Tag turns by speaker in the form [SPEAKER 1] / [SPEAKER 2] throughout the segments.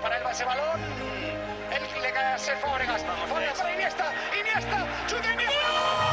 [SPEAKER 1] para Elba ese balón. Él le cae a Cesc Fábregas. Fábregas para Iniesta. Iniesta. ¡Chute Iniesta!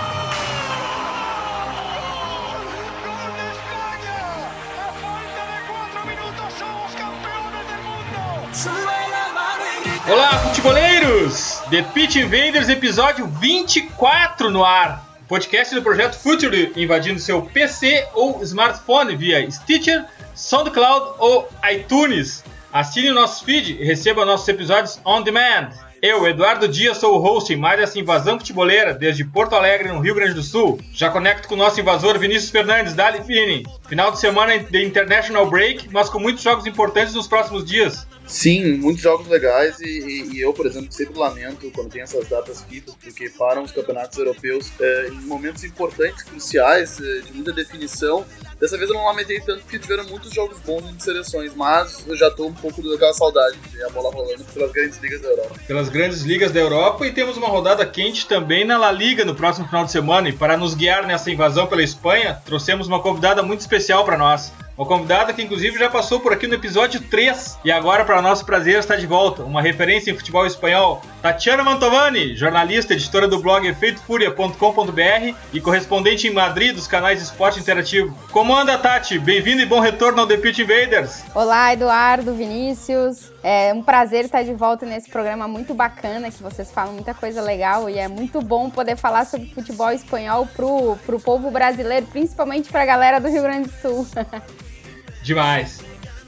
[SPEAKER 1] ¡Gol de España! A falta de 4 minutos somos campeones del mundo. Sube la mano y grita.
[SPEAKER 2] Olá, futeboleiros! The Pitch Invaders, episódio 24 no ar. Podcast do projeto Future, invadindo seu PC ou smartphone via Stitcher, SoundCloud ou iTunes. Assine o nosso feed e receba nossos episódios on demand. Eu, Eduardo Dias, sou o host em mais essa invasão futeboleira desde Porto Alegre, no Rio Grande do Sul. Já conecto com o nosso invasor Vinícius Fernandes, Dali Fini. Final de semana de International Break, mas com muitos jogos importantes nos próximos dias.
[SPEAKER 3] Sim, muitos jogos legais e eu, por exemplo, sempre lamento quando tem essas datas FIFA, porque param os campeonatos europeus em momentos importantes, cruciais, de muita definição. Dessa vez eu não lamentei tanto porque tiveram muitos jogos bons de seleções, mas eu já tô um pouco daquela saudade de ver a bola rolando pelas grandes ligas da Europa.
[SPEAKER 2] Pelas grandes ligas da Europa, e temos uma rodada quente também na La Liga no próximo final de semana. E para nos guiar nessa invasão pela Espanha, trouxemos uma convidada muito especial para nós. Uma convidada que inclusive já passou por aqui no episódio 3 e agora, para nosso prazer, está de volta. Uma referência em futebol espanhol, Tatiana Mantovani, jornalista, editora do blog efeitofuria.com.br e correspondente em Madrid dos canais Esporte Interativo. Como anda, Tati? Bem-vindo e bom retorno ao The Pitch Invaders.
[SPEAKER 4] Olá, Eduardo, Vinícius. É um prazer estar de volta nesse programa muito bacana, que vocês falam muita coisa legal e é muito bom poder falar sobre futebol espanhol pro povo brasileiro, principalmente pra galera do Rio Grande do Sul.
[SPEAKER 2] Demais.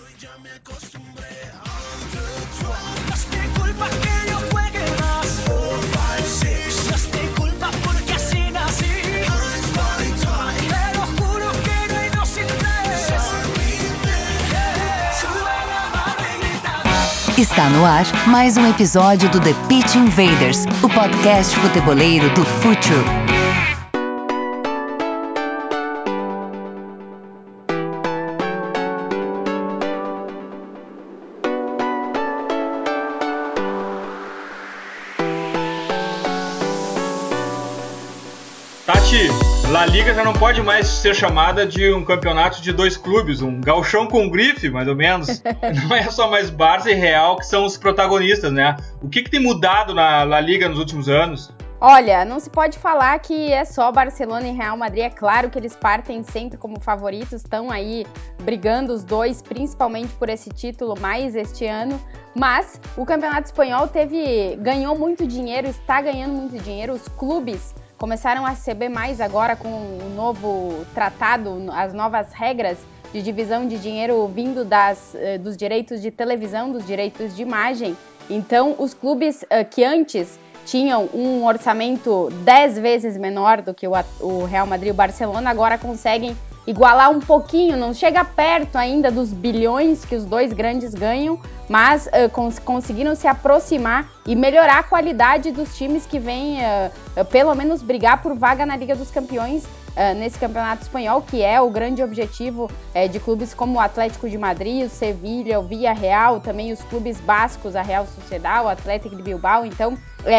[SPEAKER 5] Está no ar mais um episódio do The Pitch Invaders, o podcast futeboleiro do Future.
[SPEAKER 2] Tati, La Liga já não pode mais ser chamada de um campeonato de dois clubes, um gauchão com grife, mais ou menos. Não é só mais Barça e Real que são os protagonistas, né? O que tem mudado na La Liga nos últimos anos?
[SPEAKER 4] Olha, não se pode falar que é só Barcelona e Real Madrid. É claro que eles partem sempre como favoritos, estão aí brigando os dois, principalmente por esse título mais este ano. Mas o Campeonato Espanhol ganhou muito dinheiro, está ganhando muito dinheiro. Os clubes começaram a receber mais agora com o novo tratado, as novas regras de divisão de dinheiro vindo dos direitos de televisão, dos direitos de imagem. Então, os clubes que antes tinham um orçamento 10 vezes menor do que o Real Madrid e o Barcelona, agora conseguem igualar um pouquinho, não chega perto ainda dos bilhões que os dois grandes ganham, mas conseguiram se aproximar e melhorar a qualidade dos times que vêm, pelo menos, brigar por vaga na Liga dos Campeões nesse Campeonato Espanhol, que é o grande objetivo de clubes como o Atlético de Madrid, o Sevilla, o Villarreal, também os clubes bascos, a Real Sociedad, o Atlético de Bilbao. Então,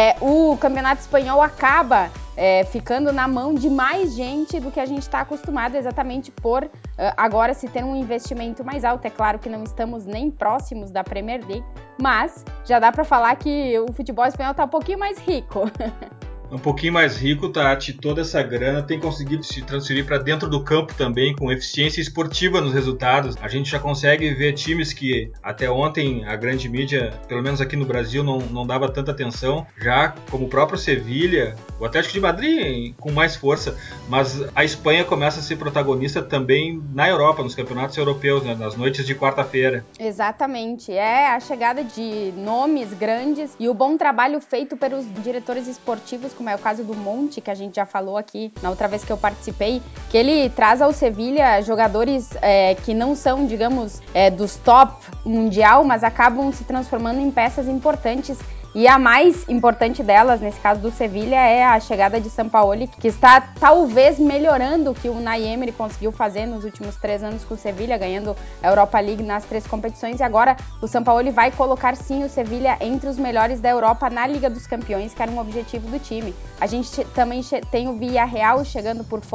[SPEAKER 4] o Campeonato Espanhol acaba ficando na mão de mais gente do que a gente está acostumado, exatamente por agora se ter um investimento mais alto. É claro que não estamos nem próximos da Premier League, mas já dá para falar que o futebol espanhol está um pouquinho mais rico.
[SPEAKER 2] Um pouquinho mais rico, Tati, toda essa grana tem conseguido se transferir para dentro do campo também, com eficiência esportiva nos resultados. A gente já consegue ver times que até ontem a grande mídia, pelo menos aqui no Brasil, não dava tanta atenção, já como o próprio Sevilla, o Atlético de Madrid com mais força, mas a Espanha começa a ser protagonista também na Europa, nos campeonatos europeus, né, nas noites de quarta-feira.
[SPEAKER 4] Exatamente, é a chegada de nomes grandes e o bom trabalho feito pelos diretores esportivos, como é o caso do Monte, que a gente já falou aqui na outra vez que eu participei, que ele traz ao Sevilla jogadores que não são, digamos, dos top mundial, mas acabam se transformando em peças importantes. E a mais importante delas, nesse caso do Sevilla, é a chegada de Sampaoli, que está talvez melhorando o que o Unai Emery conseguiu fazer nos últimos 3 anos com o Sevilla, ganhando a Europa League nas 3 competições. E agora o Sampaoli vai colocar sim o Sevilla entre os melhores da Europa na Liga dos Campeões, que era um objetivo do time. A gente também tem o Villarreal chegando por fora,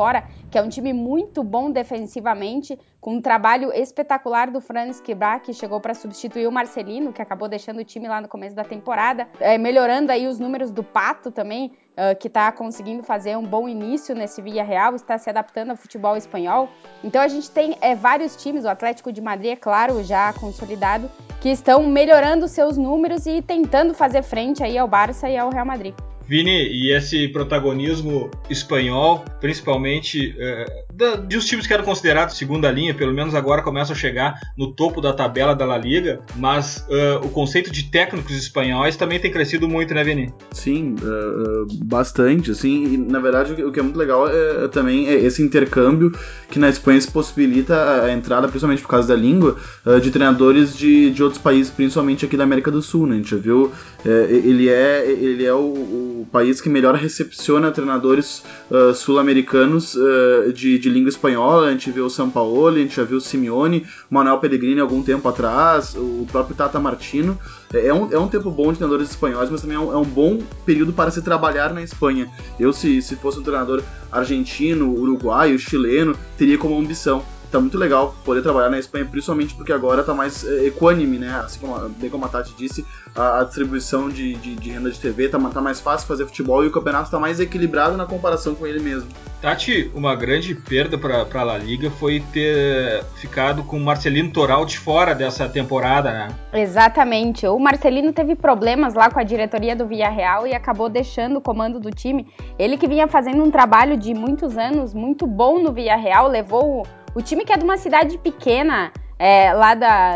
[SPEAKER 4] que é um time muito bom defensivamente, com um trabalho espetacular do Franz Kibra, que chegou para substituir o Marcelino, que acabou deixando o time lá no começo da temporada, melhorando aí os números do Pato também, que está conseguindo fazer um bom início nesse Villarreal, está se adaptando ao futebol espanhol. Então a gente tem vários times, o Atlético de Madrid, é claro, já consolidado, que estão melhorando seus números e tentando fazer frente aí ao Barça e ao Real Madrid.
[SPEAKER 2] Vini, e esse protagonismo espanhol, principalmente de os times que eram considerados segunda linha, pelo menos agora começam a chegar no topo da tabela da La Liga, mas o conceito de técnicos espanhóis também tem crescido muito, né, Vini?
[SPEAKER 3] Sim, bastante, assim, e na verdade o que é muito legal também é esse intercâmbio que na Espanha se possibilita a entrada, principalmente por causa da língua, de treinadores de outros países, principalmente aqui da América do Sul, né? A gente já viu, ele é o país que melhor recepciona treinadores sul-americanos de língua espanhola. A gente viu o Sampaoli, a gente já viu o Simeone, o Manuel Pellegrini algum tempo atrás, o próprio Tata Martino. É um tempo bom de treinadores espanhóis, mas também é um bom período para se trabalhar na Espanha. Eu, se fosse um treinador argentino, uruguaio, chileno, teria como ambição. Tá muito legal poder trabalhar na Espanha, principalmente porque agora tá mais equânime, né? Assim como a Tati disse, a distribuição de renda de TV tá mais fácil fazer futebol e o campeonato tá mais equilibrado na comparação com ele mesmo.
[SPEAKER 2] Tati, uma grande perda para a La Liga foi ter ficado com o Marcelino Torralti fora dessa temporada, né?
[SPEAKER 4] Exatamente. O Marcelino teve problemas lá com a diretoria do Villarreal e acabou deixando o comando do time. Ele que vinha fazendo um trabalho de muitos anos muito bom no Villarreal, levou o time, que é de uma cidade pequena, lá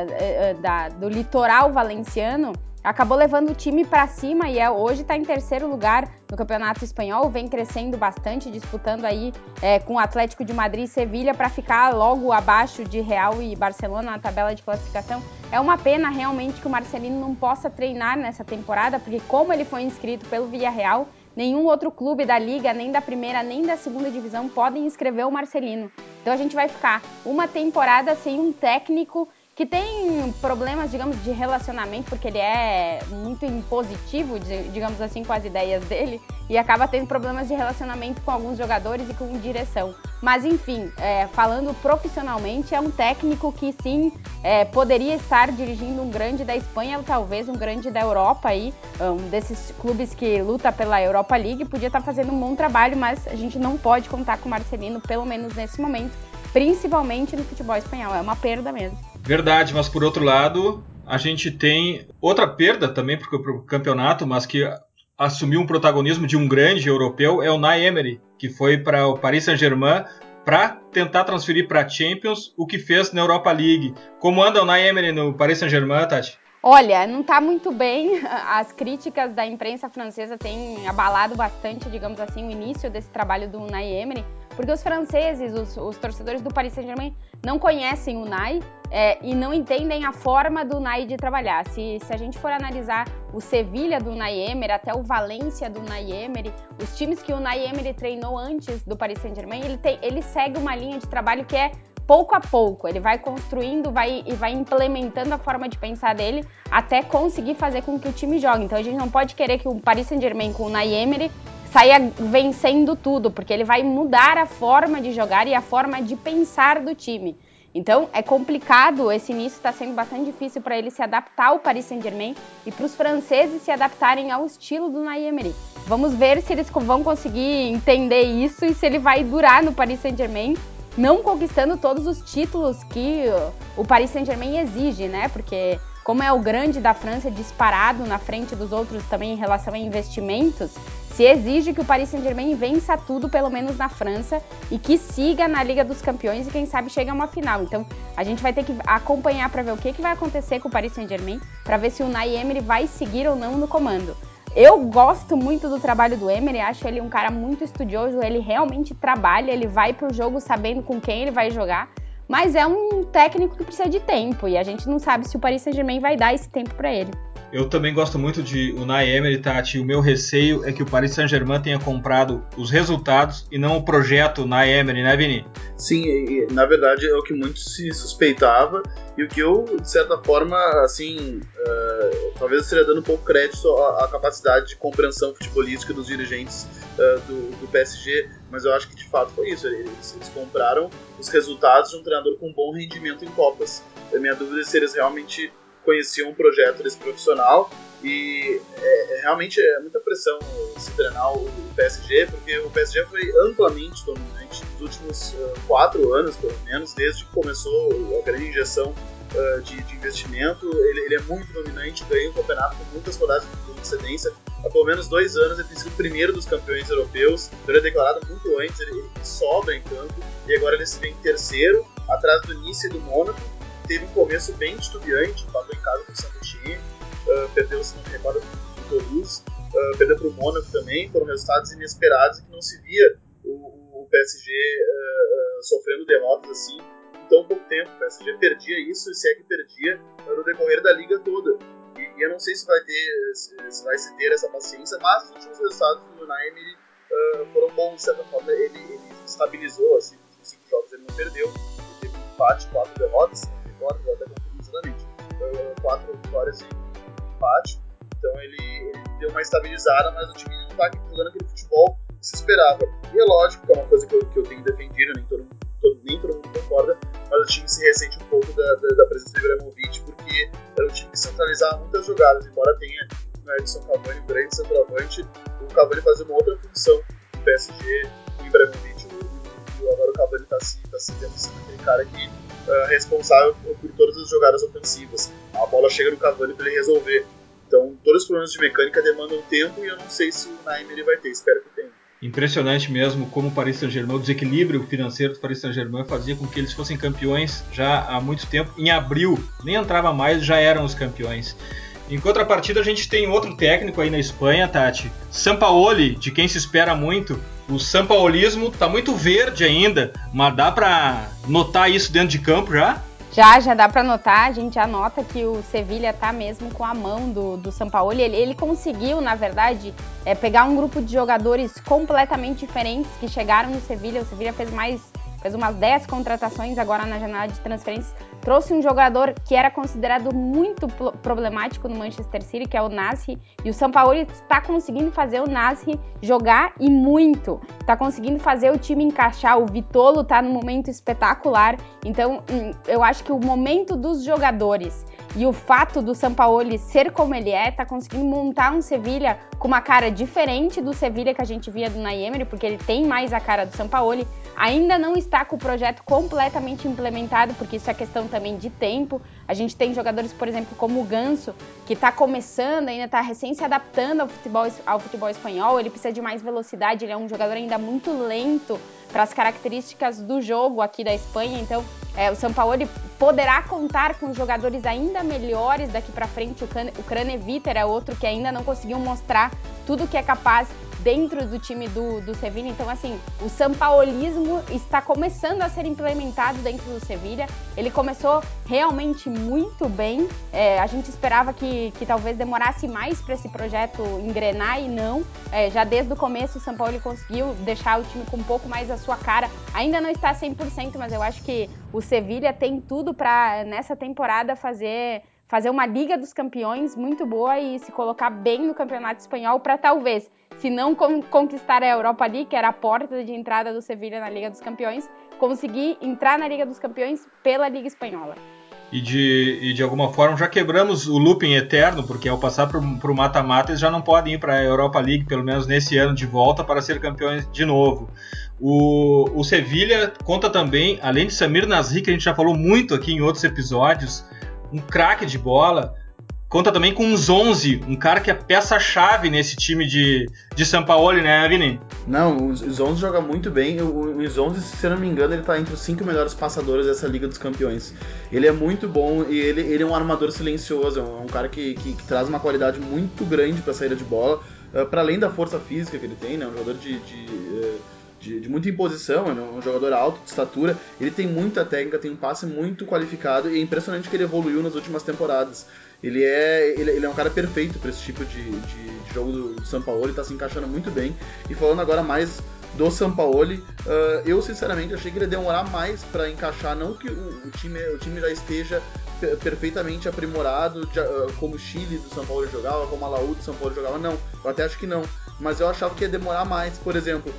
[SPEAKER 4] do litoral valenciano, acabou levando o time para cima e hoje está em terceiro lugar no Campeonato Espanhol, vem crescendo bastante, disputando aí com o Atlético de Madrid e Sevilha para ficar logo abaixo de Real e Barcelona na tabela de classificação. É uma pena realmente que o Marcelino não possa treinar nessa temporada, porque como ele foi inscrito pelo Villarreal, nenhum outro clube da Liga, nem da primeira, nem da segunda divisão, podem inscrever o Marcelino. Então a gente vai ficar uma temporada sem um técnico que tem problemas, digamos, de relacionamento, porque ele é muito impositivo, digamos assim, com as ideias dele, e acaba tendo problemas de relacionamento com alguns jogadores e com direção. Mas, enfim, falando profissionalmente, é um técnico que, sim, poderia estar dirigindo um grande da Espanha, ou talvez um grande da Europa, aí, um desses clubes que luta pela Europa League, podia estar fazendo um bom trabalho, mas a gente não pode contar com o Marcelino, pelo menos nesse momento, principalmente no futebol espanhol. É uma perda mesmo.
[SPEAKER 2] Verdade, mas por outro lado, a gente tem outra perda também para o campeonato, mas que assumiu um protagonismo de um grande europeu, é o Unai Emery, que foi para o Paris Saint-Germain para tentar transferir para a Champions o que fez na Europa League. Como anda o Unai Emery no Paris Saint-Germain, Tati?
[SPEAKER 4] Olha, não está muito bem. As críticas da imprensa francesa têm abalado bastante, digamos assim, o início desse trabalho do Unai Emery, porque os franceses, os torcedores do Paris Saint-Germain, não conhecem o Unai e não entendem a forma do Unai de trabalhar. Se a gente for analisar o Sevilha do Unai Emery, até o Valência do Unai Emery, os times que o Unai Emery treinou antes do Paris Saint-Germain, ele segue uma linha de trabalho que é pouco a pouco, ele vai construindo e vai implementando a forma de pensar dele até conseguir fazer com que o time jogue. Então a gente não pode querer que o Paris Saint-Germain com o Unai Emery saia vencendo tudo, porque ele vai mudar a forma de jogar e a forma de pensar do time. Então é complicado, esse início está sendo bastante difícil para ele se adaptar ao Paris Saint-Germain e para os franceses se adaptarem ao estilo do Unai Emery. Vamos ver se eles vão conseguir entender isso e se ele vai durar no Paris Saint-Germain, não conquistando todos os títulos que o Paris Saint-Germain exige, né? Porque como é o grande da França, disparado na frente dos outros também em relação a investimentos, se exige que o Paris Saint-Germain vença tudo, pelo menos na França, e que siga na Liga dos Campeões e quem sabe chegue a uma final. Então a gente vai ter que acompanhar para ver o que vai acontecer com o Paris Saint-Germain, para ver se o Unai Emery vai seguir ou não no comando. Eu gosto muito do trabalho do Emery, acho ele um cara muito estudioso, ele realmente trabalha, ele vai pro jogo sabendo com quem ele vai jogar, mas é um técnico que precisa de tempo e a gente não sabe se o Paris Saint-Germain vai dar esse tempo para ele.
[SPEAKER 2] Eu também gosto muito de Unai Emery, Tati. O meu receio é que o Paris Saint-Germain tenha comprado os resultados e não o projeto Unai Emery, né, Vini?
[SPEAKER 3] Sim, e, na verdade é o que muito se suspeitava e o que eu, de certa forma, assim, talvez eu estaria dando um pouco crédito à capacidade de compreensão futebolística dos dirigentes do PSG, mas eu acho que de fato foi isso. Eles compraram os resultados de um treinador com bom rendimento em Copas. A minha dúvida é se eles realmente conheciam um projeto desse profissional e realmente é muita pressão se treinar o PSG, porque o PSG foi amplamente dominante nos últimos 4 anos, pelo menos, desde que começou a grande injeção de investimento. Ele é muito dominante, ganha o campeonato com muitas rodadas de antecedência. Há pelo menos 2 anos ele tem sido o primeiro dos campeões europeus, então ele é declarado muito antes, ele sobra em campo, e agora ele se vê em terceiro, atrás do Nice e do Mônaco. Teve um começo bem titubeante, empatou em casa com o Saint-Etienne, perdeu, se não me recordo, com o Toulouse, perdeu para o Mônaco também. Foram resultados inesperados e que não se via o PSG sofrendo derrotas assim em tão pouco tempo. O PSG perdia isso, e se é que perdia, no decorrer da liga toda. E eu não sei se vai se ter essa paciência, mas os últimos resultados do Unai Emery foram bons. De certa forma, ele estabilizou, assim, nos últimos 5 jogos ele não perdeu. Ele teve um empate, 4 derrotas, vou até conferir exatamente, 4 vitórias e um empate. Então ele deu uma estabilizada, mas o time não está jogando aquele futebol que se esperava. E é lógico que é uma coisa que eu tenho defendido, nem todo mundo concorda, mas o time se ressente um pouco da presença do Ibrahimovic, porque era um time que centralizava muitas jogadas, embora tenha no Edson Cavani um grande centroavante, o Cavani fazia uma outra função no PSG, o Ibrahimovic, agora o Cavani está se vendo sendo aquele cara que responsável por todas as jogadas ofensivas. A bola chega no Cavani para ele resolver. Então, todos os problemas de mecânica demandam tempo e eu não sei se o Unai Emery vai ter, espero que tenha.
[SPEAKER 2] Impressionante mesmo como o Paris Saint-Germain, o desequilíbrio financeiro do Paris Saint-Germain fazia com que eles fossem campeões já há muito tempo. Em abril, nem entrava mais, já eram os campeões. Em contrapartida, a gente tem outro técnico aí na Espanha, Tati, Sampaoli, de quem se espera muito. O sampaolismo tá muito verde ainda, mas dá pra notar isso dentro de campo já?
[SPEAKER 4] Já dá para notar, a gente já nota que o Sevilla tá mesmo com a mão do Sampaoli. Ele conseguiu, na verdade, pegar um grupo de jogadores completamente diferentes que chegaram no Sevilla. O Sevilla fez umas 10 contratações agora na janela de transferências. Trouxe um jogador que era considerado muito problemático no Manchester City, que é o Nasri, e o Sampaoli está conseguindo fazer o Nasri jogar e muito. Está conseguindo fazer o time encaixar. O Vitolo está num momento espetacular. Então, eu acho que o momento dos jogadores e o fato do Sampaoli ser como ele tá conseguindo montar um Sevilla com uma cara diferente do Sevilla que a gente via do Unai Emery, porque ele tem mais a cara do Sampaoli. Ainda não está com o projeto completamente implementado, porque isso é questão também de tempo. A gente tem jogadores, por exemplo, como o Ganso, que está começando, ainda está recém se adaptando ao futebol espanhol. Ele precisa de mais velocidade, ele é um jogador ainda muito lento para as características do jogo aqui da Espanha. Então, o Sampaoli poderá contar com jogadores ainda melhores daqui para frente. O Craneviter é outro que ainda não conseguiu mostrar tudo que é capaz dentro do time do Sevilla. Então, assim, o sampaolismo está começando a ser implementado dentro do Sevilla. Ele começou realmente muito bem. A gente esperava que talvez demorasse mais para esse projeto engrenar e não. Já desde o começo o Sampaoli conseguiu deixar o time com um pouco mais a sua cara. Ainda não está 100%, mas eu acho que o Sevilla tem tudo para, nessa temporada, fazer uma Liga dos Campeões muito boa e se colocar bem no Campeonato Espanhol para talvez, se não conquistar a Europa League, que era a porta de entrada do Sevilla na Liga dos Campeões, conseguir entrar na Liga dos Campeões pela Liga Espanhola.
[SPEAKER 2] E de alguma forma já quebramos o looping eterno, porque ao passar para o mata-mata eles já não podem ir para a Europa League, pelo menos nesse ano de volta, para ser campeões de novo. O Sevilla conta também, além de Samir Nasri, que a gente já falou muito aqui em outros episódios, um craque de bola, conta também com uns 11, um cara que é peça-chave nesse time de Sampaoli, né, Vini?
[SPEAKER 3] Não, o Zonzi joga muito bem. O Zonzi, se eu não me engano, ele tá entre os 5 melhores passadores dessa Liga dos Campeões. Ele é muito bom e ele é um armador silencioso, é um cara que traz uma qualidade muito grande pra saída de bola, para além da força física que ele tem, né? Um jogador de de muita imposição, é um jogador alto, de estatura, ele tem muita técnica, tem um passe muito qualificado e é impressionante que ele evoluiu nas últimas temporadas. Ele é um cara perfeito para esse tipo de jogo do Sampaoli, ele tá se encaixando muito bem. E falando agora mais do Sampaoli, eu sinceramente achei que ele ia demorar mais para encaixar, não que o time já esteja perfeitamente aprimorado, como o Chile do Sampaoli jogava, como a Laú do Sampaoli jogava, não, eu até acho que não, mas eu achava que ia demorar mais. Por exemplo,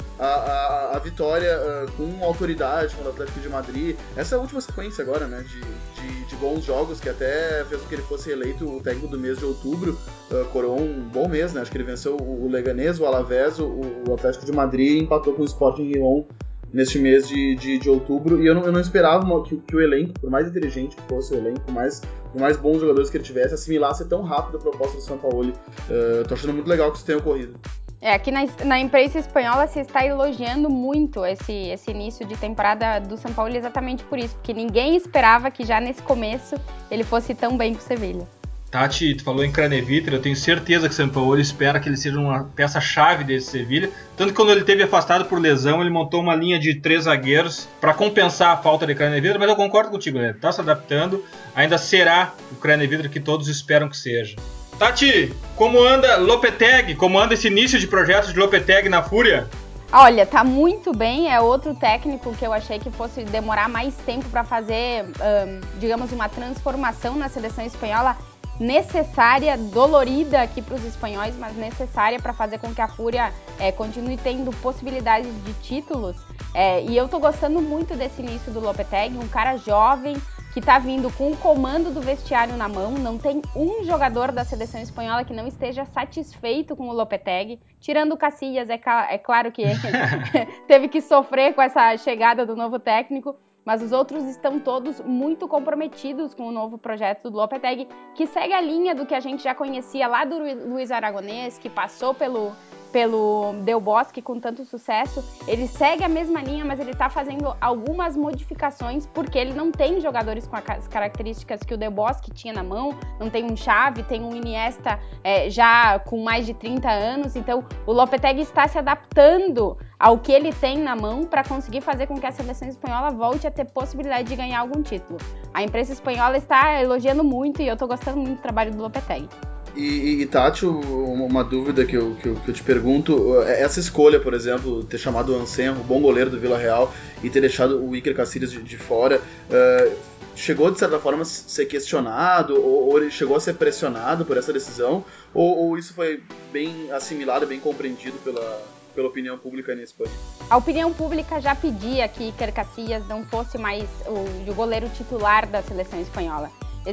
[SPEAKER 3] a vitória com autoridade contra o Atlético de Madrid, essa é a última sequência agora, né, de bons jogos, que até fez com que ele fosse eleito o técnico do mês de outubro, coroou um bom mês, né, acho que ele venceu o Leganés, o Alavés, o Atlético de Madrid e empatou com o Sporting Lyon neste mês de outubro, e eu não esperava que o elenco, por mais inteligente que fosse o elenco, por mais bons jogadores que ele tivesse, assimilasse tão rápido a proposta do Sampaoli. Tô achando muito legal que isso tenha ocorrido.
[SPEAKER 4] Aqui na imprensa espanhola se está elogiando muito esse início de temporada do Sampaoli exatamente por isso, porque ninguém esperava que já nesse começo ele fosse tão bem com o Sevilha.
[SPEAKER 2] Tati, tu falou em Craneviter, eu tenho certeza que o Sampaoli espera que ele seja uma peça-chave desse Sevilha. Tanto que quando ele esteve afastado por lesão, ele montou uma linha de 3 zagueiros para compensar a falta de Craneviter, mas eu concordo contigo, né? Ele está se adaptando, ainda será o Craneviter que todos esperam que seja. Tati, como anda Lopetegui? Como anda esse início de projeto de Lopetegui na Fúria?
[SPEAKER 4] Olha, tá muito bem, é outro técnico que eu achei que fosse demorar mais tempo para fazer, digamos, uma transformação na seleção espanhola, necessária, dolorida aqui para os espanhóis, mas necessária para fazer com que a Fúria continue tendo possibilidades de títulos. E eu tô gostando muito desse início do Lopetegui, um cara jovem que tá vindo com o comando do vestiário na mão. Não tem um jogador da seleção espanhola que não esteja satisfeito com o Lopetegui, tirando o Casillas, é claro que teve que sofrer com essa chegada do novo técnico, mas os outros estão todos muito comprometidos com o novo projeto do Lopetegui, que segue a linha do que a gente já conhecia lá do Luiz Aragonés, que passou pelo Del Bosque com tanto sucesso. Ele segue a mesma linha, mas ele está fazendo algumas modificações, porque ele não tem jogadores com as características que o Del Bosque tinha na mão, não tem um Xavi, tem um Iniesta já com mais de 30 anos, então o Lopetegui está se adaptando ao que ele tem na mão para conseguir fazer com que a seleção espanhola volte a ter possibilidade de ganhar algum título. A imprensa espanhola está elogiando muito e eu estou gostando muito do trabalho do Lopetegui.
[SPEAKER 3] E Tati, uma dúvida que eu te pergunto, essa escolha, por exemplo, ter chamado o Anselmo, o bom goleiro do Villarreal, e ter deixado o Iker Casillas de fora, chegou de certa forma a ser questionado, ou ele chegou a ser pressionado por essa decisão, ou isso foi bem assimilado, bem compreendido pela opinião pública na Espanha?
[SPEAKER 4] A opinião pública já pedia que Iker Casillas não fosse mais o goleiro titular da seleção espanhola.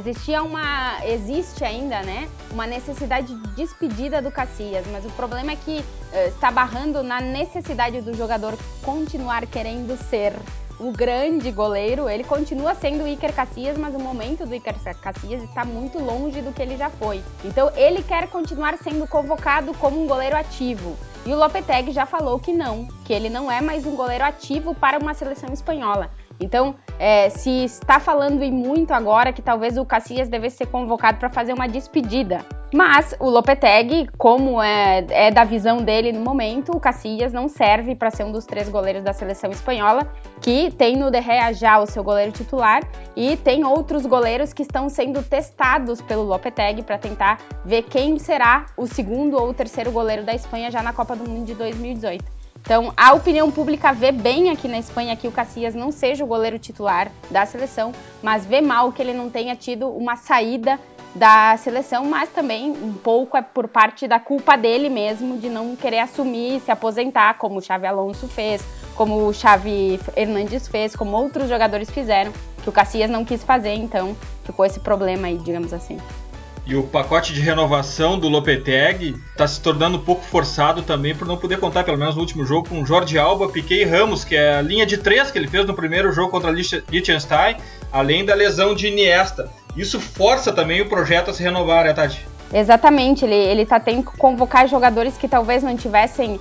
[SPEAKER 4] Existe ainda, né, uma necessidade de despedida do Casillas, mas o problema é que está barrando na necessidade do jogador continuar querendo ser o grande goleiro. Ele continua sendo o Iker Casillas, mas o momento do Iker Casillas está muito longe do que ele já foi. Então ele quer continuar sendo convocado como um goleiro ativo. E o Lopetegui já falou que ele não é mais um goleiro ativo para uma seleção espanhola. Então, se está falando e muito agora que talvez o Casillas devesse ser convocado para fazer uma despedida. Mas o Lopetegui, como é da visão dele no momento, o Casillas não serve para ser um dos 3 goleiros da seleção espanhola, que tem no De Gea já o seu goleiro titular e tem outros goleiros que estão sendo testados pelo Lopetegui para tentar ver quem será o segundo ou o terceiro goleiro da Espanha já na Copa do Mundo de 2018. Então, a opinião pública vê bem aqui na Espanha que o Casillas não seja o goleiro titular da seleção, mas vê mal que ele não tenha tido uma saída da seleção, mas também um pouco é por parte da culpa dele mesmo de não querer assumir e se aposentar, como o Xavi Alonso fez, como o Xavi Hernández fez, como outros jogadores fizeram, que o Casillas não quis fazer, então ficou esse problema aí, digamos assim.
[SPEAKER 2] E o pacote de renovação do Lopetegui está se tornando um pouco forçado também por não poder contar, pelo menos no último jogo, com Jordi Alba, Piqué e Ramos, que é a linha de 3 que ele fez no primeiro jogo contra Liechtenstein, além da lesão de Iniesta. Isso força também o projeto a se renovar, né, Tati?
[SPEAKER 4] Exatamente, ele tá tendo que convocar jogadores que talvez não tivessem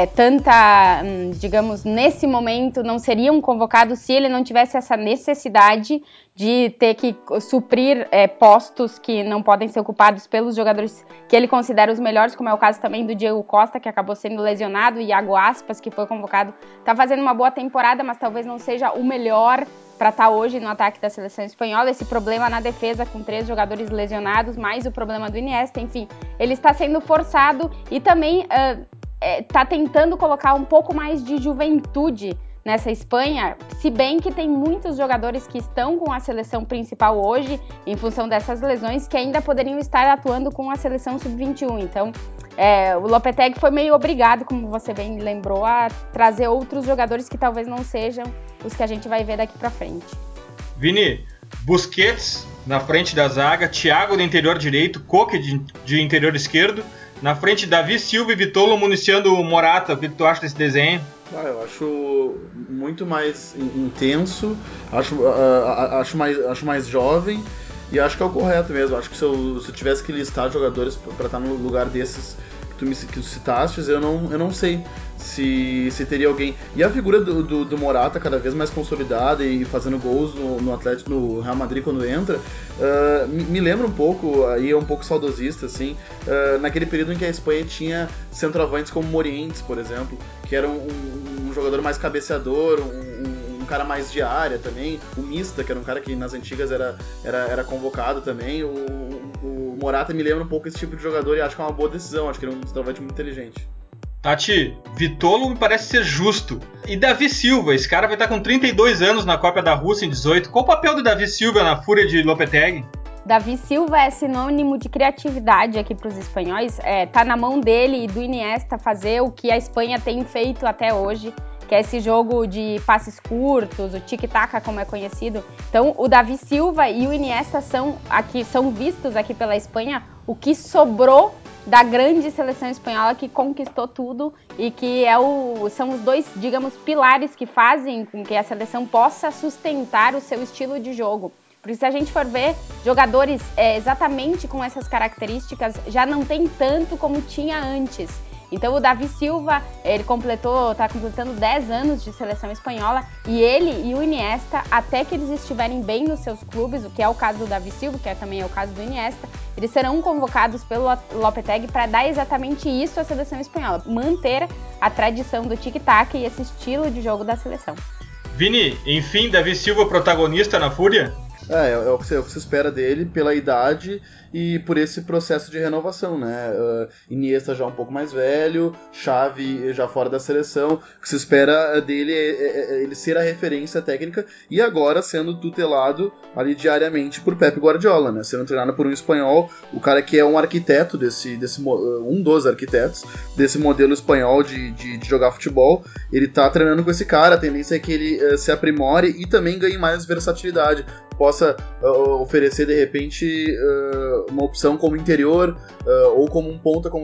[SPEAKER 4] tanta, digamos, nesse momento, não seriam convocados se ele não tivesse essa necessidade de ter que suprir postos que não podem ser ocupados pelos jogadores que ele considera os melhores, como é o caso também do Diego Costa, que acabou sendo lesionado, e Iago Aspas, que foi convocado, tá fazendo uma boa temporada, mas talvez não seja o melhor para estar hoje no ataque da seleção espanhola. Esse problema na defesa com 3 jogadores lesionados, mais o problema do Iniesta, enfim, ele está sendo forçado e também está tentando colocar um pouco mais de juventude nessa Espanha, se bem que tem muitos jogadores que estão com a seleção principal hoje, em função dessas lesões, que ainda poderiam estar atuando com a seleção sub-21. Então, o Lopetegui foi meio obrigado, como você bem lembrou, a trazer outros jogadores que talvez não sejam os que a gente vai ver daqui pra frente.
[SPEAKER 2] Vini, Busquets na frente da zaga, Thiago do interior direito, Koke de interior esquerdo, na frente Davi Silva e Vitolo municiando o Morata. O que tu acha desse desenho?
[SPEAKER 3] Eu acho muito mais intenso, acho mais jovem e acho que é o correto mesmo. Acho que se eu tivesse que listar jogadores para estar no lugar desses que tu citaste, eu não sei se teria alguém. E a figura do Morata cada vez mais consolidada e fazendo gols no Atlético, no Real Madrid quando entra, me lembra um pouco, aí é um pouco saudosista, assim, naquele período em que a Espanha tinha centroavantes como Morientes, por exemplo, que era um jogador mais cabeceador, um cara mais de área também, o Mista, que era um cara que nas antigas era convocado também. O Morata me lembra um pouco esse tipo de jogador e acho que é uma boa decisão, acho que ele é um centroavante muito inteligente.
[SPEAKER 2] Tati, Vitolo me parece ser justo. E Davi Silva, esse cara vai estar com 32 anos na Copa da Rússia em 18. Qual o papel do Davi Silva na fúria de Lopetegui?
[SPEAKER 4] Davi Silva é sinônimo de criatividade aqui para os espanhóis. Tá na mão dele e do Iniesta fazer o que a Espanha tem feito até hoje, que é esse jogo de passes curtos, o tic-tac, como é conhecido. Então, o Davi Silva e o Iniesta são vistos aqui pela Espanha o que sobrou da grande seleção espanhola que conquistou tudo e que são os dois, digamos, pilares que fazem com que a seleção possa sustentar o seu estilo de jogo. Porque se a gente for ver, jogadores exatamente com essas características já não tem tanto como tinha antes. Então o Davi Silva, ele está completando 10 anos de seleção espanhola, e ele e o Iniesta, até que eles estiverem bem nos seus clubes, o que é o caso do Davi Silva, que também é o caso do Iniesta, eles serão convocados pelo Lopetegui para dar exatamente isso à seleção espanhola, manter a tradição do tic-tac e esse estilo de jogo da seleção.
[SPEAKER 2] Vini, enfim, Davi Silva protagonista na Fúria?
[SPEAKER 3] É o que se espera dele pela idade e por esse processo de renovação, né? Iniesta já um pouco mais velho, Xavi já fora da seleção. O que se espera dele é ele ser a referência técnica e agora sendo tutelado ali diariamente por Pep Guardiola, né? Sendo treinado por um espanhol, o cara que é um arquiteto um dos arquitetos desse modelo espanhol de jogar futebol. Ele tá treinando com esse cara, a tendência é que ele se aprimore e também ganhe mais versatilidade, possa oferecer de repente uma opção como interior ou como um ponta, como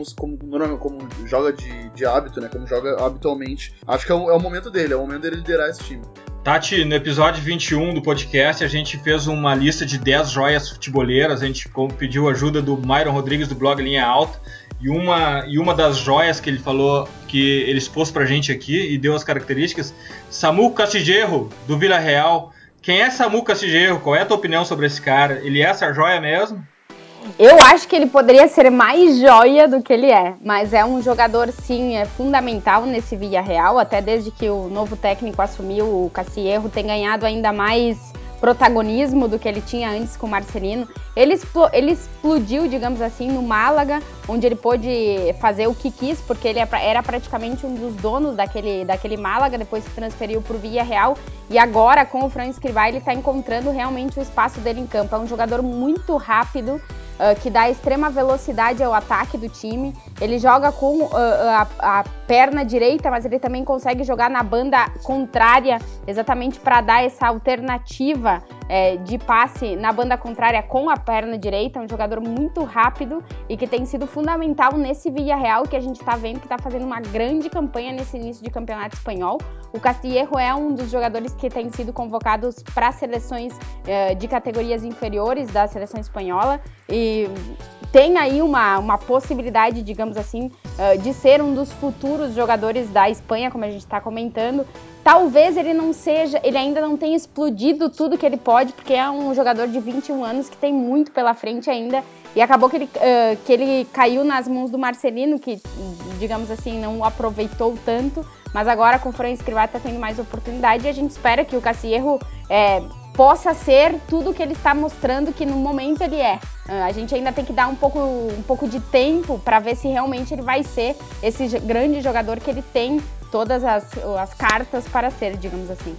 [SPEAKER 3] joga de hábito, né? Como joga habitualmente. Acho que é o momento dele, liderar esse time.
[SPEAKER 2] Tati, no episódio 21 do podcast, a gente fez uma lista de 10 joias futeboleiras. A gente pediu ajuda do Myron Rodrigues, do blog Linha Alta. E uma das joias que ele falou, que ele expôs pra gente aqui e deu as características, Samu Castillejo, do Villarreal. Quem é Samu Castillejo? Qual é a tua opinião sobre esse cara? Ele é essa joia mesmo?
[SPEAKER 4] Eu acho que ele poderia ser mais joia do que ele é, mas é um jogador, sim, fundamental nesse Villarreal, até desde que o novo técnico assumiu, o Castillejo tem ganhado ainda mais protagonismo do que ele tinha antes com o Marcelino. Ele explodiu, digamos assim, no Málaga, onde ele pôde fazer o que quis, porque ele era praticamente um dos donos daquele Málaga, depois se transferiu para o Villarreal, e agora com o Fran Escrivá ele está encontrando realmente o espaço dele em campo. É um jogador muito rápido, que dá extrema velocidade ao ataque do time. Ele joga com a perna direita, mas ele também consegue jogar na banda contrária, exatamente para dar essa alternativa de passe na banda contrária com a perna direita. É um jogador muito rápido e que tem sido fundamental nesse Villarreal, que a gente está vendo que está fazendo uma grande campanha nesse início de campeonato espanhol. O Castillejo é um dos jogadores que tem sido convocados para seleções de categorias inferiores da seleção espanhola e tem aí uma possibilidade, digamos assim, de ser um dos futuros jogadores da Espanha, como a gente está comentando. Talvez ele ainda não tenha explodido tudo que ele pode, porque é um jogador de 21 anos que tem muito pela frente ainda, e acabou que ele caiu nas mãos do Marcelino, que, digamos assim, não o aproveitou tanto, mas agora com o Fran Escrivá está tendo mais oportunidade, e a gente espera que o Castillejo possa ser tudo que ele está mostrando que no momento ele é. A gente ainda tem que dar um pouco de tempo para ver se realmente ele vai ser esse grande jogador que ele tem todas as cartas para ser, digamos assim.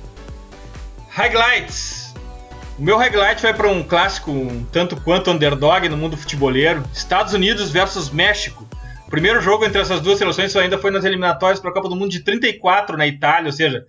[SPEAKER 2] Highlights. O meu highlight vai para um clássico um tanto quanto underdog no mundo futeboleiro. Estados Unidos versus México. O primeiro jogo entre essas duas seleções ainda foi nas eliminatórias para a Copa do Mundo de 34 na Itália, ou seja,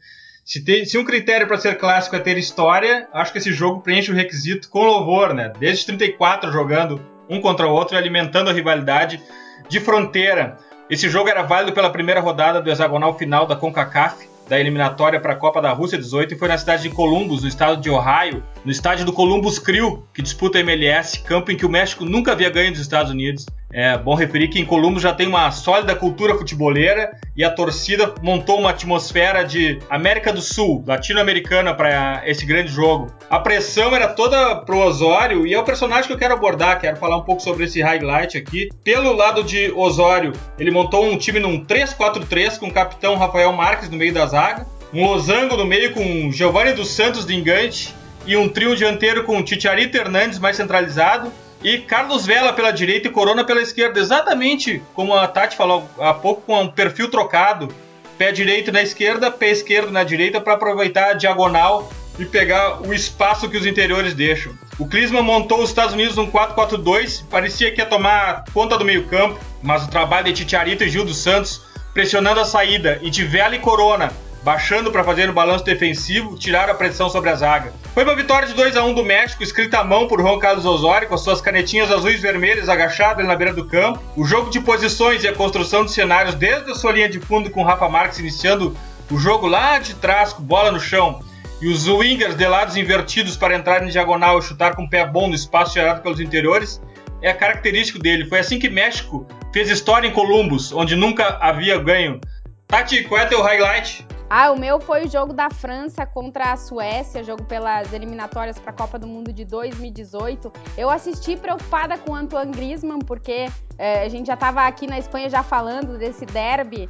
[SPEAKER 2] se um critério para ser clássico é ter história, acho que esse jogo preenche o requisito com louvor, né? Desde 34 jogando um contra o outro e alimentando a rivalidade de fronteira. Esse jogo era válido pela primeira rodada do hexagonal final da CONCACAF, da eliminatória para a Copa da Rússia 18, e foi na cidade de Columbus, no estado de Ohio, no estádio do Columbus Crew, que disputa a MLS, campo em que o México nunca havia ganho dos Estados Unidos. É bom referir que em Columbus já tem uma sólida cultura futeboleira e a torcida montou uma atmosfera de América do Sul, latino-americana, para esse grande jogo. A pressão era toda pro Osório e é o personagem que eu quero abordar, quero falar um pouco sobre esse highlight aqui. Pelo lado de Osório, ele montou um time num 3-4-3 com o capitão Rafael Marques no meio da zaga, um losango no meio com Giovanni dos Santos de engante e um trio dianteiro com Chicharito Hernández mais centralizado, e Carlos Vela pela direita e Corona pela esquerda, exatamente como a Tati falou há pouco, com um perfil trocado, pé direito na esquerda, pé esquerdo na direita, para aproveitar a diagonal e pegar o espaço que os interiores deixam. O Klinsmann montou os Estados Unidos num 4-4-2, parecia que ia tomar conta do meio campo, mas o trabalho de Chicharito e Gil dos Santos pressionando a saída, e de Vela e Corona baixando para fazer o balanço defensivo, tiraram a pressão sobre a zaga. Foi uma vitória de 2-1 do México, escrita à mão por Juan Carlos Osório, com as suas canetinhas azuis e vermelhas agachadas na beira do campo. O jogo de posições e a construção de cenários desde a sua linha de fundo, com Rafa Marques iniciando o jogo lá de trás, com bola no chão, e os wingers de lados invertidos para entrar em diagonal e chutar com o pé bom no espaço gerado pelos interiores, é característico dele. Foi assim que México fez história em Columbus, onde nunca havia ganho. Tati, qual é teu highlight?
[SPEAKER 4] O meu foi o jogo da França contra a Suécia, jogo pelas eliminatórias para a Copa do Mundo de 2018. Eu assisti preocupada com o Antoine Griezmann, porque a gente já estava aqui na Espanha já falando desse derby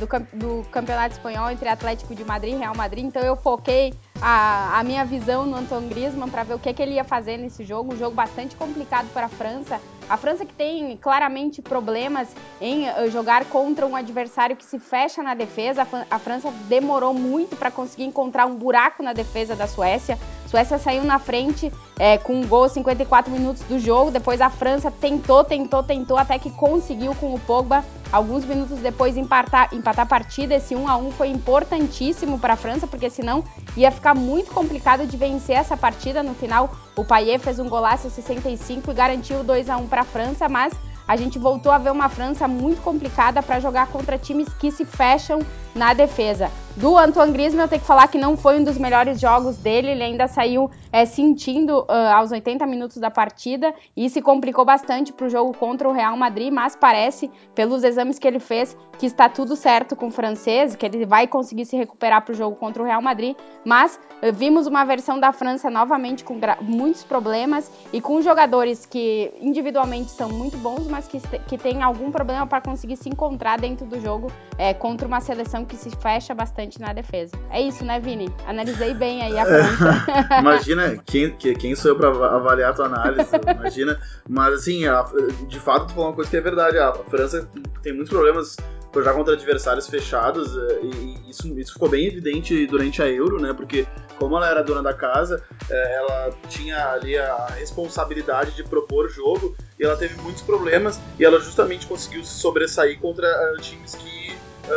[SPEAKER 4] do Campeonato Espanhol entre Atlético de Madrid e Real Madrid, então eu foquei a minha visão no Antoine Griezmann para ver o que ele ia fazer nesse jogo, um jogo bastante complicado para a França. A França que tem claramente problemas em jogar contra um adversário que se fecha na defesa. A França demorou muito para conseguir encontrar um buraco na defesa da Suécia. A Suécia saiu na frente com um gol 54 minutos do jogo. Depois a França tentou, até que conseguiu com o Pogba. Alguns minutos depois empatar a partida. Esse 1-1 foi importantíssimo para a França, porque senão ia ficar muito complicado de vencer essa partida. No final, o Payet fez um golaço aos 65 e garantiu o 2-1 para a França, mas a gente voltou a ver uma França muito complicada para jogar contra times que se fecham na defesa. Do Antoine Griezmann, eu tenho que falar que não foi um dos melhores jogos dele, ele ainda saiu sentindo aos 80 minutos da partida e se complicou bastante para o jogo contra o Real Madrid, mas parece, pelos exames que ele fez, que está tudo certo com o francês, que ele vai conseguir se recuperar para o jogo contra o Real Madrid, mas vimos uma versão da França novamente com muitos problemas e com jogadores que individualmente são muito bons, mas que tem algum problema para conseguir se encontrar dentro do jogo contra uma seleção que se fecha bastante na defesa. É isso, né, Vini? Analisei bem aí a França.
[SPEAKER 3] Imagina, quem sou eu pra avaliar a tua análise? Imagina. Mas assim, de fato, tu falou uma coisa que é verdade. A França tem muitos problemas por jogar contra adversários fechados, e isso ficou bem evidente durante a Euro, né? Porque como ela era dona da casa, ela tinha ali a responsabilidade de propor jogo, e ela teve muitos problemas, e ela justamente conseguiu se sobressair contra times que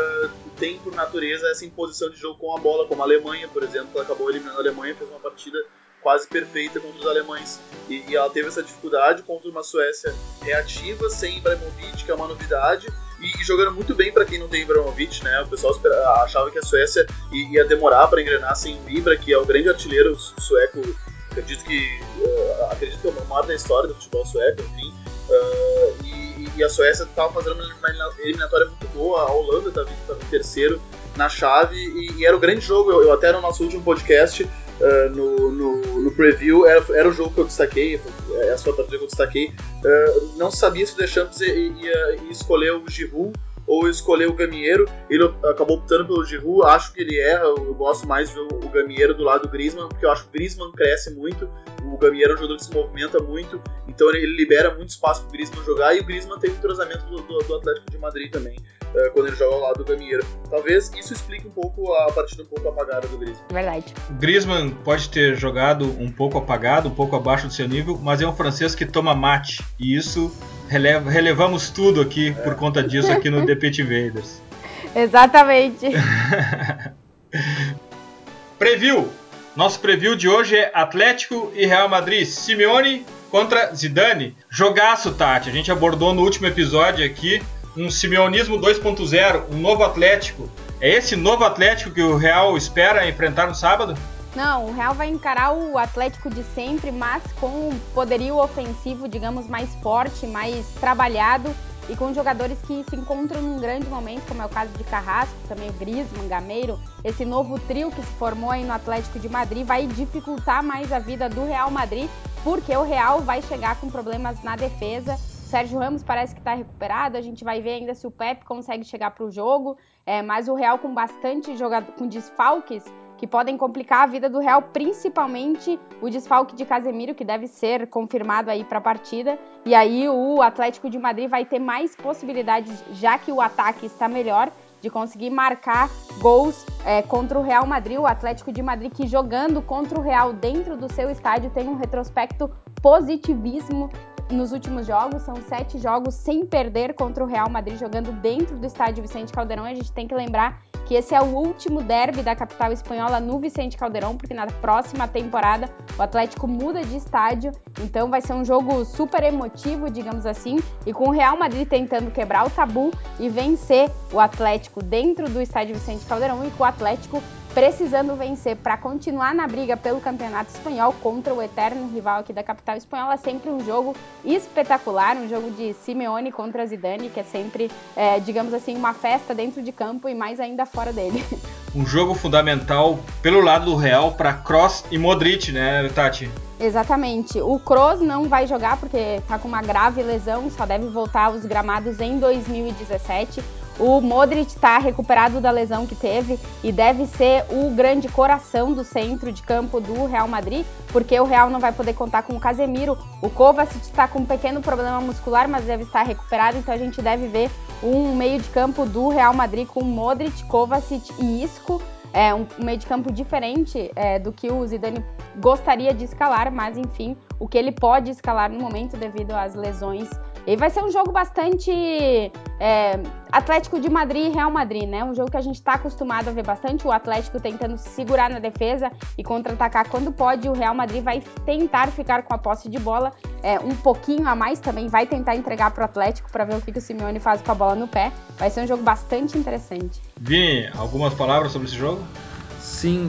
[SPEAKER 3] tem por natureza essa imposição de jogo com a bola, como a Alemanha, por exemplo. Ela acabou eliminando a Alemanha, fez uma partida quase perfeita contra os alemães, e ela teve essa dificuldade contra uma Suécia reativa, sem Ibrahimovic, que é uma novidade, e jogando muito bem para quem não tem Ibrahimovic, né? O pessoal achava que a Suécia ia demorar para engrenar sem o Ibra, que é o grande artilheiro sueco acredito que é o maior da história do futebol sueco, enfim. E a Suécia estava fazendo uma eliminatória muito boa, a Holanda estava em terceiro na chave, e era o grande jogo. Eu até no nosso último podcast, no preview, era o jogo que eu destaquei, essa foi a partida que eu destaquei. Não sabia se o Deschamps ia escolher o Giroud ou escolher o Gamieiro. Ele acabou optando pelo Giroud, acho que ele eu gosto mais de ver o Gamieiro do lado do Griezmann, porque eu acho que o Griezmann cresce muito, o Gamieiro é um jogador que se movimenta muito, então ele libera muito espaço pro Griezmann jogar, e o Griezmann tem um entrosamento do Atlético de Madrid também, quando ele joga ao lado do Gamieiro. Talvez isso explique um pouco a partida um pouco apagada do Griezmann.
[SPEAKER 4] Verdade.
[SPEAKER 2] O Griezmann pode ter jogado um pouco apagado, um pouco abaixo do seu nível, mas é um francês que toma mate, e isso relevamos tudo aqui por conta disso aqui no The Pitch Invaders.
[SPEAKER 4] Exatamente.
[SPEAKER 2] Preview. Nosso preview de hoje é Atlético e Real Madrid. Simeone contra Zidane. Jogaço, Tati. A gente abordou no último episódio aqui um simeonismo 2.0, um novo Atlético. É esse novo Atlético que o Real espera enfrentar no sábado?
[SPEAKER 4] Não, o Real vai encarar o Atlético de sempre, mas com um poderio ofensivo, digamos, mais forte, mais trabalhado, e com jogadores que se encontram num grande momento, como é o caso de Carrasco, também o Griezmann, Gameiro. Esse novo trio que se formou aí no Atlético de Madrid vai dificultar mais a vida do Real Madrid, porque o Real vai chegar com problemas na defesa. O Sérgio Ramos parece que está recuperado, a gente vai ver ainda se o Pepe consegue chegar para o jogo, mas o Real com bastante jogador, com desfalques, que podem complicar a vida do Real, principalmente o desfalque de Casemiro, que deve ser confirmado aí para a partida. E aí o Atlético de Madrid vai ter mais possibilidades, já que o ataque está melhor, de conseguir marcar gols contra o Real Madrid. O Atlético de Madrid, que jogando contra o Real dentro do seu estádio, tem um retrospecto positivíssimo nos últimos jogos. São 7 jogos sem perder contra o Real Madrid, jogando dentro do estádio Vicente Calderón. A gente tem que lembrar que esse é o último derby da capital espanhola no Vicente Calderón, porque na próxima temporada o Atlético muda de estádio, então vai ser um jogo super emotivo, digamos assim, e com o Real Madrid tentando quebrar o tabu e vencer o Atlético dentro do estádio Vicente Calderón, e com o Atlético precisando vencer para continuar na briga pelo campeonato espanhol contra o eterno rival aqui da capital espanhola. Sempre um jogo espetacular, um jogo de Simeone contra Zidane, que é sempre, digamos assim, uma festa dentro de campo e mais ainda fora dele.
[SPEAKER 2] Um jogo fundamental pelo lado do Real para Kroos e Modric, né, Tati?
[SPEAKER 4] Exatamente. O Kroos não vai jogar porque está com uma grave lesão, só deve voltar aos gramados em 2017. O Modric está recuperado da lesão que teve e deve ser o grande coração do centro de campo do Real Madrid, porque o Real não vai poder contar com o Casemiro. O Kovacic está com um pequeno problema muscular, mas deve estar recuperado, então a gente deve ver um meio de campo do Real Madrid com Modric, Kovacic e Isco. Um meio de campo diferente do que o Zidane gostaria de escalar, mas enfim, o que ele pode escalar no momento devido às lesões. E vai ser um jogo bastante Atlético de Madrid e Real Madrid, né? Um jogo que a gente está acostumado a ver bastante, o Atlético tentando se segurar na defesa e contra-atacar quando pode. O Real Madrid vai tentar ficar com a posse de bola um pouquinho a mais, também vai tentar entregar para o Atlético para ver o que o Simeone faz com a bola no pé. Vai ser um jogo bastante interessante.
[SPEAKER 2] Vini, algumas palavras sobre esse jogo?
[SPEAKER 3] Sim,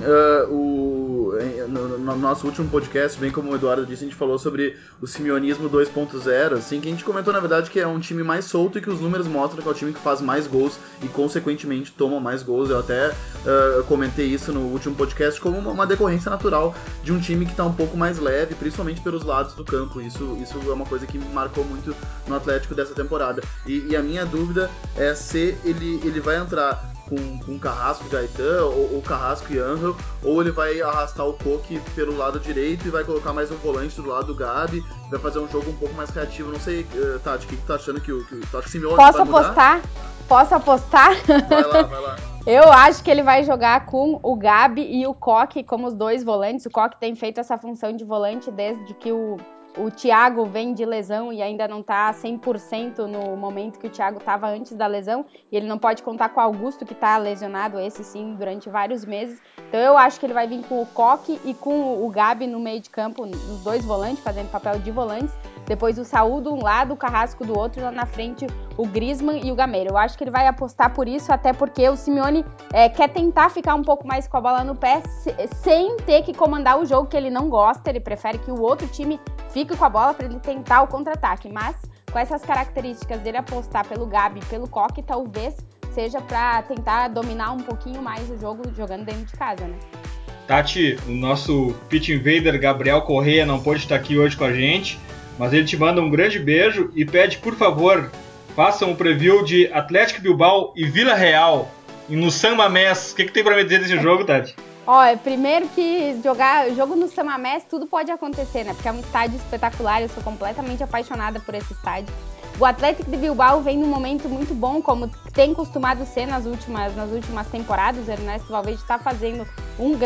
[SPEAKER 3] no nosso último podcast, bem como o Eduardo disse, a gente falou sobre o simeonismo 2.0, assim, que a gente comentou, na verdade, que é um time mais solto e que os números mostram que é o time que faz mais gols e, consequentemente, toma mais gols. Eu até comentei isso no último podcast como uma decorrência natural de um time que está um pouco mais leve, principalmente pelos lados do campo. Isso é uma coisa que me marcou muito no Atlético dessa temporada. E a minha dúvida é se ele vai entrar com Carrasco e Gaetan, ou Carrasco e Angel, ou ele vai arrastar o Koke pelo lado direito e vai colocar mais um volante do lado do Gabi, vai fazer um jogo um pouco mais criativo. Não sei, Tati, o que tu tá achando que o Simeone vai mudar?
[SPEAKER 4] Posso apostar?
[SPEAKER 3] Vai lá.
[SPEAKER 4] Eu acho que ele vai jogar com o Gabi e o Koke como os dois volantes. O Koke tem feito essa função de volante desde que o o Thiago vem de lesão e ainda não tá 100% no momento que o Thiago estava antes da lesão, e ele não pode contar com o Augusto, que tá lesionado, esse sim, durante vários meses. Então eu acho que ele vai vir com o Koke e com o Gabi no meio de campo, os dois volantes, fazendo papel de volantes. Depois o Saúl de um lado, o Carrasco do outro, e lá na frente o Griezmann e o Gameiro. Eu acho que ele vai apostar por isso, até porque o Simeone quer tentar ficar um pouco mais com a bola no pé, sem ter que comandar o jogo, que ele não gosta. Ele prefere que o outro time fique com a bola para ele tentar o contra-ataque. Mas com essas características dele apostar pelo Gabi e pelo Koke, talvez seja para tentar dominar um pouquinho mais o jogo jogando dentro de casa, né?
[SPEAKER 2] Tati, o nosso Pitch Invader Gabriel Correia não pôde estar aqui hoje com a gente, mas ele te manda um grande beijo e pede, por favor, façam um preview de Atlético Bilbao e Vila Real no San Mamés. O que tem para me dizer desse jogo, Tati?
[SPEAKER 4] Primeiro que jogo no San Mamés, tudo pode acontecer, né? Porque é um estádio espetacular, eu sou completamente apaixonada por esse estádio. O Atlético de Bilbao vem num momento muito bom, como tem costumado ser nas últimas temporadas. O Ernesto Valverde está fazendo um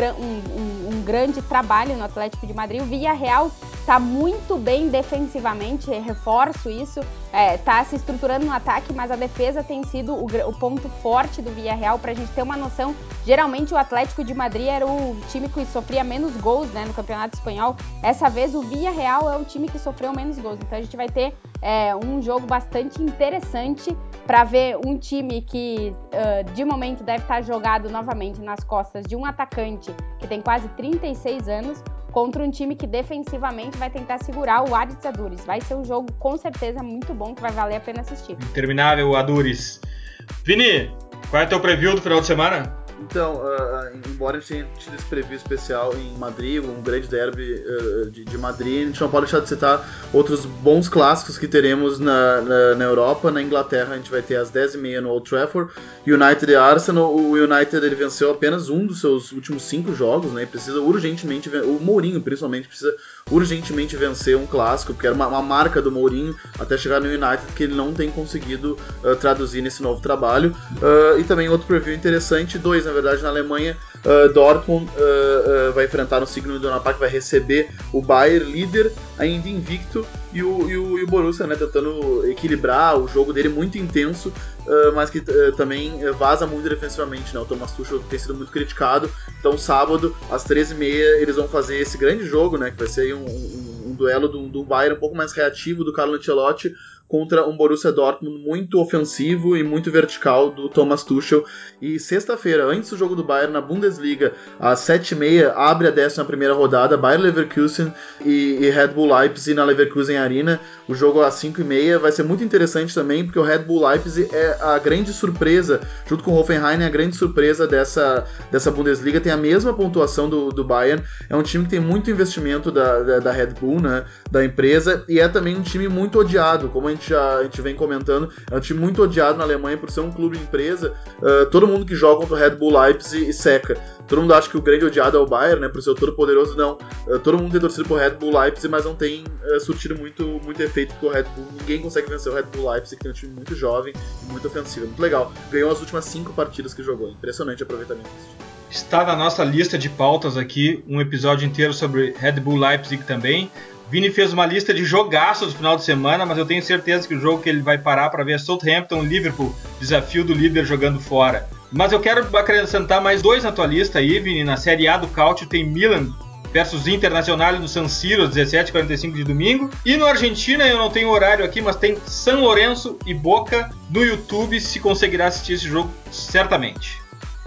[SPEAKER 4] grande trabalho no Atlético de Madrid. O Villarreal está muito bem defensivamente, reforço isso, está se estruturando no ataque, mas a defesa tem sido o ponto forte do Villarreal. Para a gente ter uma noção, geralmente o Atlético de Madrid era o time que sofria menos gols, né, no Campeonato Espanhol. Essa vez o Villarreal é o time que sofreu menos gols, então a gente vai ter um jogo bastante interessante para ver um time que de momento deve estar jogado novamente nas costas de um atacante que tem quase 36 anos contra um time que defensivamente vai tentar segurar o Aritz Aduriz. Vai ser um jogo com certeza muito bom, que vai valer a pena assistir.
[SPEAKER 2] Interminável Aduriz. Vini, qual é o teu preview do final de semana?
[SPEAKER 3] Então, embora a gente tenha tido esse preview especial em Madrid, um grande derby de Madrid, a gente não pode deixar de citar outros bons clássicos que teremos na Europa. Na Inglaterra a gente vai ter às 10h30 no Old Trafford, United e Arsenal. O United ele venceu apenas um dos seus últimos 5 jogos, né? E precisa urgentemente, o Mourinho principalmente, precisa urgentemente vencer um clássico, porque era uma marca do Mourinho até chegar no United que ele não tem conseguido traduzir nesse novo trabalho. E também outro preview interessante, na verdade, na Alemanha, Dortmund vai enfrentar no Signal Iduna Park, vai receber o Bayern, líder, ainda invicto, e o Borussia, né, tentando equilibrar o jogo dele muito intenso, mas que também vaza muito defensivamente, né? O Thomas Tuchel tem sido muito criticado. Então sábado, às 13h30, eles vão fazer esse grande jogo, né, que vai ser um duelo do Bayern um pouco mais reativo do Carlo Ancelotti contra um Borussia Dortmund muito ofensivo e muito vertical do Thomas Tuchel. E sexta-feira, antes do jogo do Bayern na Bundesliga, às 7h30, abre a 11ª rodada, Bayer Leverkusen e Red Bull Leipzig na Leverkusen Arena. O jogo às 5h30 vai ser muito interessante também, porque o Red Bull Leipzig é a grande surpresa, junto com o Hoffenheim, é a grande surpresa dessa Bundesliga, tem a mesma pontuação do Bayern, é um time que tem muito investimento da Red Bull, né, da empresa, e é também um time muito odiado, como a gente vem comentando, é um time muito odiado na Alemanha por ser um clube empresa. Todo mundo que joga contra o Red Bull Leipzig seca. Todo mundo acha que o grande odiado é o Bayern, né, por ser todo poderoso. Não, todo mundo tem torcido pro Red Bull Leipzig, mas não tem surtido muito efeito, porque o Red Bull, ninguém consegue vencer o Red Bull Leipzig, que é um time muito jovem e muito ofensivo. É muito legal. Ganhou as últimas 5 partidas que jogou. Impressionante o aproveitamento.
[SPEAKER 2] Está na nossa lista de pautas aqui um episódio inteiro sobre Red Bull Leipzig também. Vini fez uma lista de jogaços do final de semana, mas eu tenho certeza que o jogo que ele vai parar para ver é Southampton, Liverpool, desafio do líder jogando fora. Mas eu quero acrescentar mais 2 na tua lista aí, Vini. Na Série A do Calcio tem Milan versus Internazionale no San Siro, às 17h45 de domingo. E no Argentina, eu não tenho horário aqui, mas tem San Lorenzo e Boca no YouTube, se conseguirá assistir esse jogo certamente.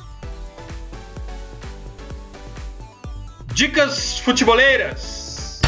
[SPEAKER 2] Dicas futeboleiras.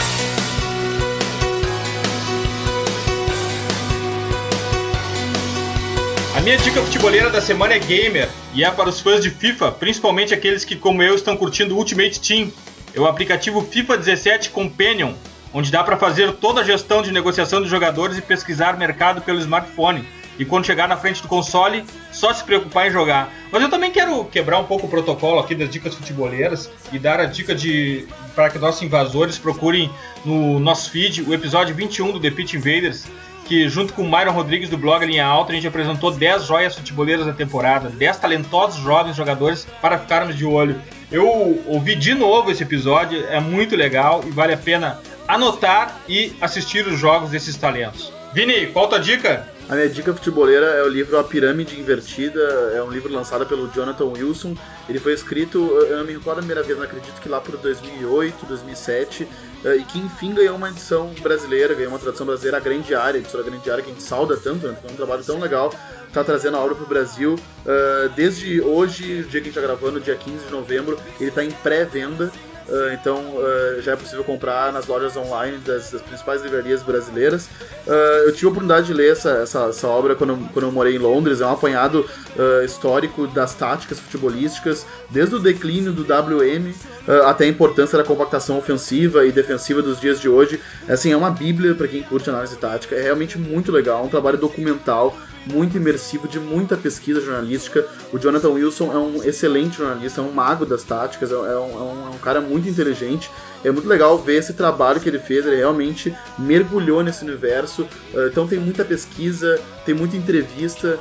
[SPEAKER 2] A minha dica futeboleira da semana é gamer, e é para os fãs de FIFA, principalmente aqueles que, como eu, estão curtindo Ultimate Team. É o aplicativo FIFA 17 Companion, onde dá para fazer toda a gestão de negociação de jogadores e pesquisar mercado pelo smartphone. E quando chegar na frente do console, só se preocupar em jogar. Mas eu também quero quebrar um pouco o protocolo aqui das dicas futeboleiras e dar a dica para que nossos invasores procurem no nosso feed o episódio 21 do The Pitch Invaders, que junto com o Myron Rodrigues do blog Linha Alta, a gente apresentou 10 joias futeboleiras da temporada, 10 talentosos jovens jogadores para ficarmos de olho. Eu ouvi de novo esse episódio, é muito legal e vale a pena anotar e assistir os jogos desses talentos. Vini, qual a tua dica?
[SPEAKER 3] A minha dica futeboleira é o livro A Pirâmide Invertida, é um livro lançado pelo Jonathan Wilson. Ele foi escrito, eu não me recordo a primeira vez, mas acredito que lá por 2008, 2007, e que enfim ganhou uma edição brasileira, ganhou uma tradução brasileira, a Grande Área, a editora Grande Área, que a gente sauda tanto, né? Foi um trabalho tão legal, tá trazendo a obra pro Brasil. Desde hoje, o dia que a gente tá gravando, dia 15 de novembro, ele tá em pré-venda. Então já é possível comprar nas lojas online das principais livrarias brasileiras. Eu tive a oportunidade de ler essa obra quando eu morei em Londres. É um apanhado histórico das táticas futebolísticas, desde o declínio do WM até a importância da compactação ofensiva e defensiva dos dias de hoje. Assim, é uma bíblia para quem curte análise tática. É realmente muito legal, um trabalho documental, muito imersivo, de muita pesquisa jornalística. O Jonathan Wilson é um excelente jornalista, é um mago das táticas, é um cara muito inteligente. É muito legal ver esse trabalho que ele fez, ele realmente mergulhou nesse universo. Então tem muita pesquisa, tem muita entrevista.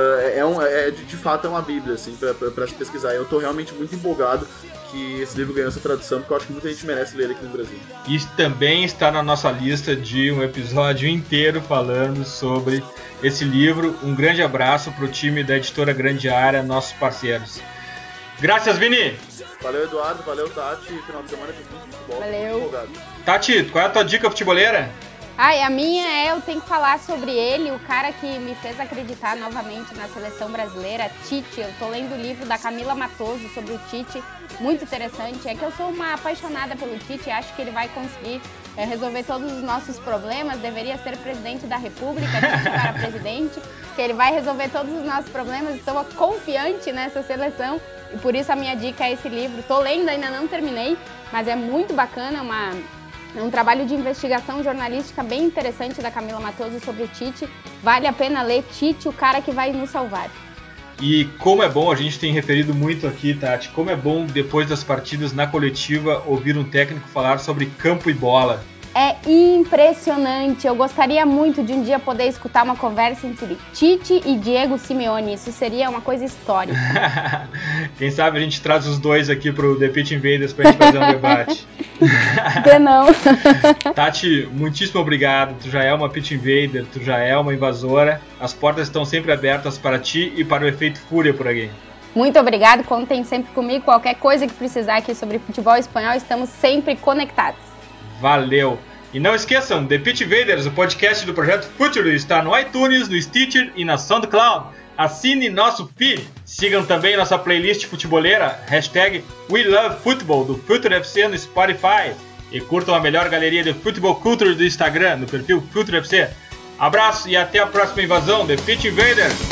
[SPEAKER 3] De fato é uma bíblia assim, para se pesquisar. Eu estou realmente muito empolgado que esse livro ganhou essa tradução, porque eu acho que muita gente merece ler ele aqui no Brasil.
[SPEAKER 2] Isso também está na nossa lista de um episódio inteiro falando sobre esse livro. Um grande abraço para o time da editora Grande Área, nossos parceiros. Graças, Vini!
[SPEAKER 3] Valeu, Eduardo, valeu, Tati. Final de semana tem muito futebol.
[SPEAKER 4] Valeu.
[SPEAKER 2] Tati, qual é a tua dica futeboleira?
[SPEAKER 4] A minha eu tenho que falar sobre ele, o cara que me fez acreditar novamente na seleção brasileira, Tite. Eu tô lendo o livro da Camila Matoso sobre o Tite, muito interessante. É que eu sou uma apaixonada pelo Tite e acho que ele vai conseguir resolver todos os nossos problemas. Deveria ser presidente da República, Tite para presidente, que ele vai resolver todos os nossos problemas. Estou confiante nessa seleção e por isso a minha dica é esse livro. Tô lendo, ainda não terminei, mas é muito bacana, é um trabalho de investigação jornalística bem interessante da Camila Matoso sobre o Tite. Vale a pena ler Tite, o cara que vai nos salvar.
[SPEAKER 2] E como é bom, a gente tem referido muito aqui, Tati, como é bom depois das partidas na coletiva ouvir um técnico falar sobre campo e bola.
[SPEAKER 4] É impressionante, eu gostaria muito de um dia poder escutar uma conversa entre Tite e Diego Simeone, isso seria uma coisa histórica.
[SPEAKER 2] Quem sabe a gente traz os dois aqui pro The Pitch Invaders pra gente fazer um debate.
[SPEAKER 4] Não.
[SPEAKER 2] Tati, muitíssimo obrigado, tu já é uma Pitch Invader, tu já é uma invasora, as portas estão sempre abertas para ti e para o Efeito Fúria por aqui.
[SPEAKER 4] Muito obrigado, contem sempre comigo, qualquer coisa que precisar aqui sobre futebol espanhol, estamos sempre conectados.
[SPEAKER 2] Valeu! E não esqueçam, The Pitch Invaders, o podcast do Projeto Future, está no iTunes, no Stitcher e na SoundCloud. Assine nosso feed. Sigam também nossa playlist futeboleira, #WeLoveFootball, do Future FC no Spotify. E curtam a melhor galeria de Football Culture do Instagram, no perfil Future FC. Abraço e até a próxima invasão, The Pitch Invaders!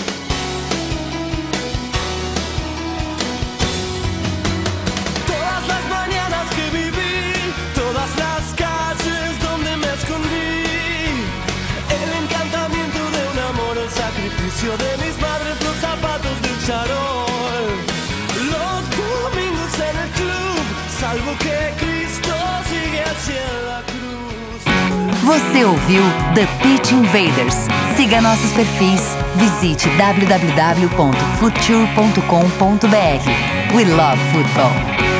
[SPEAKER 6] De mis madres los zapatos del charol, los domingos en el club, salvo que Cristo sigue hacia la cruz.
[SPEAKER 5] Você ouviu The Pitch Invaders. Siga nossos perfis. Visite www.future.com.br. We love football.